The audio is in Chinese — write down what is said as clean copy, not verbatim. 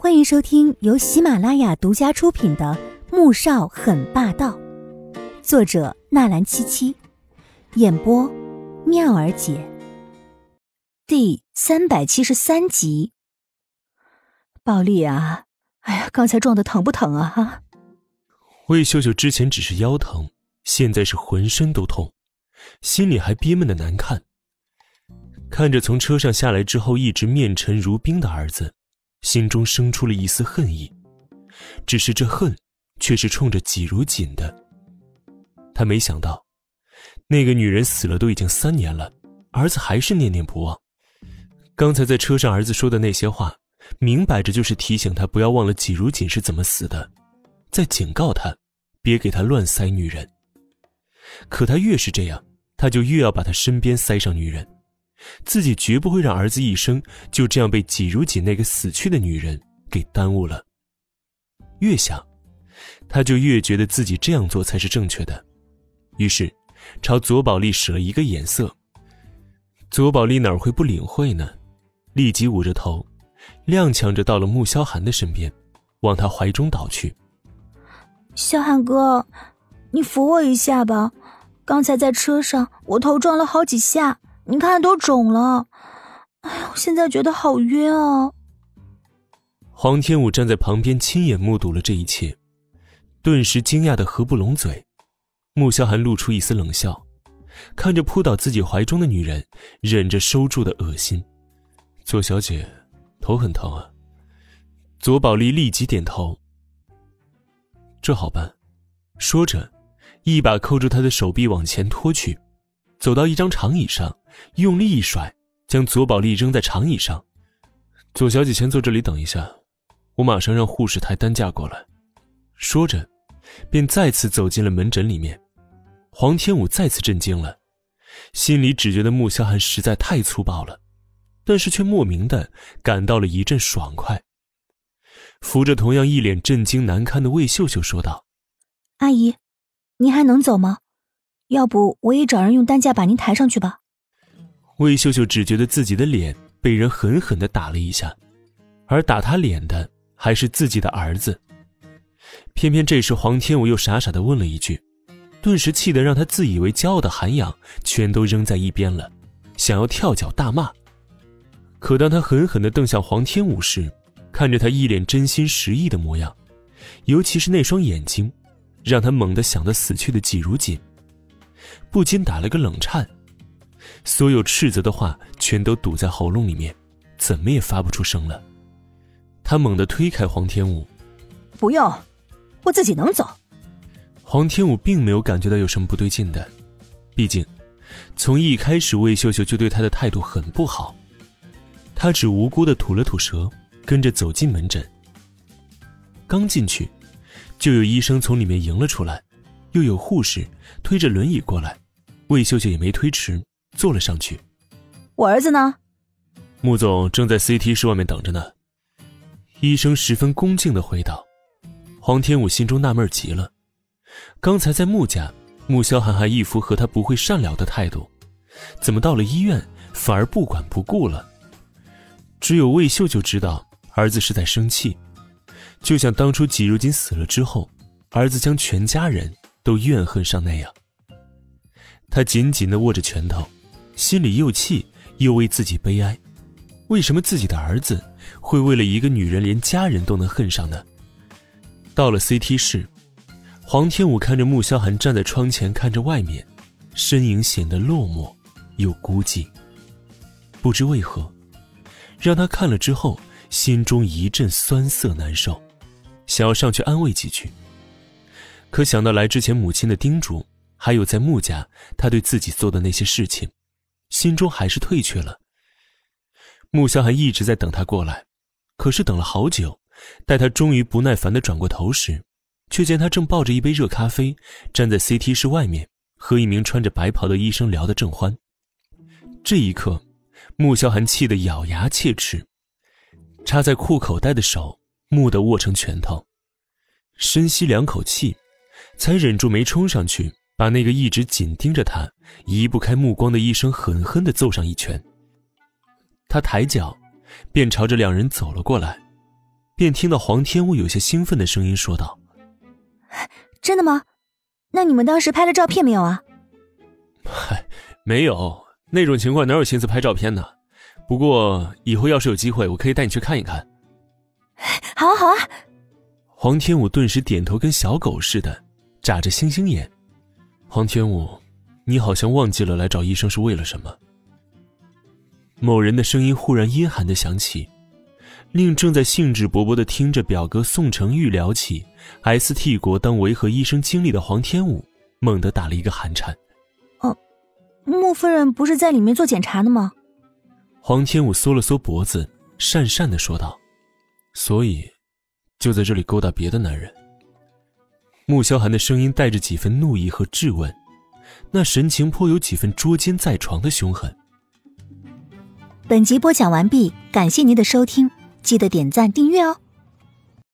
欢迎收听由喜马拉雅独家出品的《穆少很霸道》，作者纳兰七七，演播妙儿姐，第373集。宝莉啊，哎呀，刚才撞得疼不疼啊？ 魏秀秀之前只是腰疼，现在是浑身都痛，心里还憋闷的难看。看着从车上下来之后一直面沉如冰的儿子，心中生出了一丝恨意，只是这恨却是冲着季如锦的。他没想到那个女人死了都已经3年了，儿子还是念念不忘。刚才在车上儿子说的那些话，明摆着就是提醒他不要忘了季如锦是怎么死的，在警告他别给他乱塞女人。可他越是这样，他就越要把他身边塞上女人，自己绝不会让儿子一生就这样被季如锦那个死去的女人给耽误了。越想他就越觉得自己这样做才是正确的，于是朝左宝莉使了一个眼色。左宝莉哪会不领会呢，立即捂着头踉跄着到了穆萧寒的身边，往他怀中倒去。 萧寒哥，你扶我一下吧，刚才在车上我头撞了好几下，你看都肿了，哎呀，我现在觉得好晕啊。 黄天武站在旁边亲眼目睹了这一切，顿时惊讶得合不拢嘴。穆萧寒露出一丝冷笑，看着扑倒自己怀中的女人，忍着收住的恶心。左小姐头很疼啊。左宝莉立即点头。这好办，说着一把扣住她的手臂往前拖去，走到一张长椅上，用力一甩，将左宝莉扔在长椅上。左小姐先坐这里等一下，我马上让护士抬担架过来。说着便再次走进了门诊里面。黄天武再次震惊了，心里只觉得穆萧寒实在太粗暴了，但是却莫名地感到了一阵爽快。扶着同样一脸震惊难堪的魏秀秀说道： 阿姨，您还能走吗？要不我也找人用担架把您抬上去吧。 魏秀秀只觉得自己的脸被人狠狠地打了一下，而打他脸的还是自己的儿子。偏偏这时黄天武又傻傻地问了一句，顿时气得让他自以为骄傲的涵养全都扔在一边了，想要跳脚大骂。可当他狠狠地瞪向黄天武时，看着他一脸真心实意的模样，尤其是那双眼睛，让他猛地想到死去的季如锦，不禁打了个冷颤。所有斥责的话全都堵在喉咙里面，怎么也发不出声了。他猛地推开黄天武： 不用，我自己能走。 黄天武并没有感觉到有什么不对劲的，毕竟从一开始魏秀秀就对他的态度很不好。他只无辜地吐了吐舌，跟着走进门诊。刚进去就有医生从里面迎了出来，又有护士推着轮椅过来，魏秀秀也没推迟，坐了上去。 我儿子呢？ 穆总正在 CT 室外面等着呢。医生十分恭敬地回道。黄天武心中纳闷极了，刚才在穆家，穆萧寒还一副和他不会善了的态度，怎么到了医院反而不管不顾了？只有魏秀秀知道儿子是在生气，就像当初季如锦死了之后，儿子将全家人都怨恨上那样。他紧紧地握着拳头，心里又气又为自己悲哀。为什么自己的儿子会为了一个女人连家人都能恨上呢？到了 CT 室，黄天武看着穆萧寒站在窗前看着外面，身影显得落寞又孤寂。不知为何，让他看了之后心中一阵酸涩难受，想要上去安慰几句。可想到来之前母亲的叮嘱，还有在穆家他对自己做的那些事情，心中还是退却了。穆萧寒一直在等他过来，可是等了好久，待他终于不耐烦地转过头时，却见他正抱着一杯热咖啡站在 CT 室外面，和一名穿着白袍的医生聊得正欢。这一刻，穆萧寒气得咬牙切齿，插在裤口袋的手蓦地握成拳头，深吸2口气，才忍住没冲上去，把那个一直紧盯着他移不开目光的医生狠狠地揍上一拳。他抬脚便朝着2人走了过来， 便听到黄天武有些兴奋的声音说道： 真的吗？那你们当时拍了照片没有啊？ 嗨，没有，那种情况哪有心思拍照片呢？不过以后要是有机会，我可以带你去看一看。 好啊好啊。 黄天武顿时点头，跟小狗似的眨着星星眼。黄天武，你好像忘记了来找医生是为了什么。某人的声音忽然阴寒地响起，令正在兴致勃勃地听着表哥宋承玉聊起 ST 国当维和医生经历的黄天武猛地打了一个寒颤。 穆夫人不是在里面做检查的吗？ 黄天武缩了缩脖子，讪讪地说道：所以就在这里勾搭别的男人。穆萧寒的声音带着几分怒意和质问，那神情颇有几分捉奸在床的凶狠。 本集播讲完毕，感谢您的收听，记得点赞订阅哦。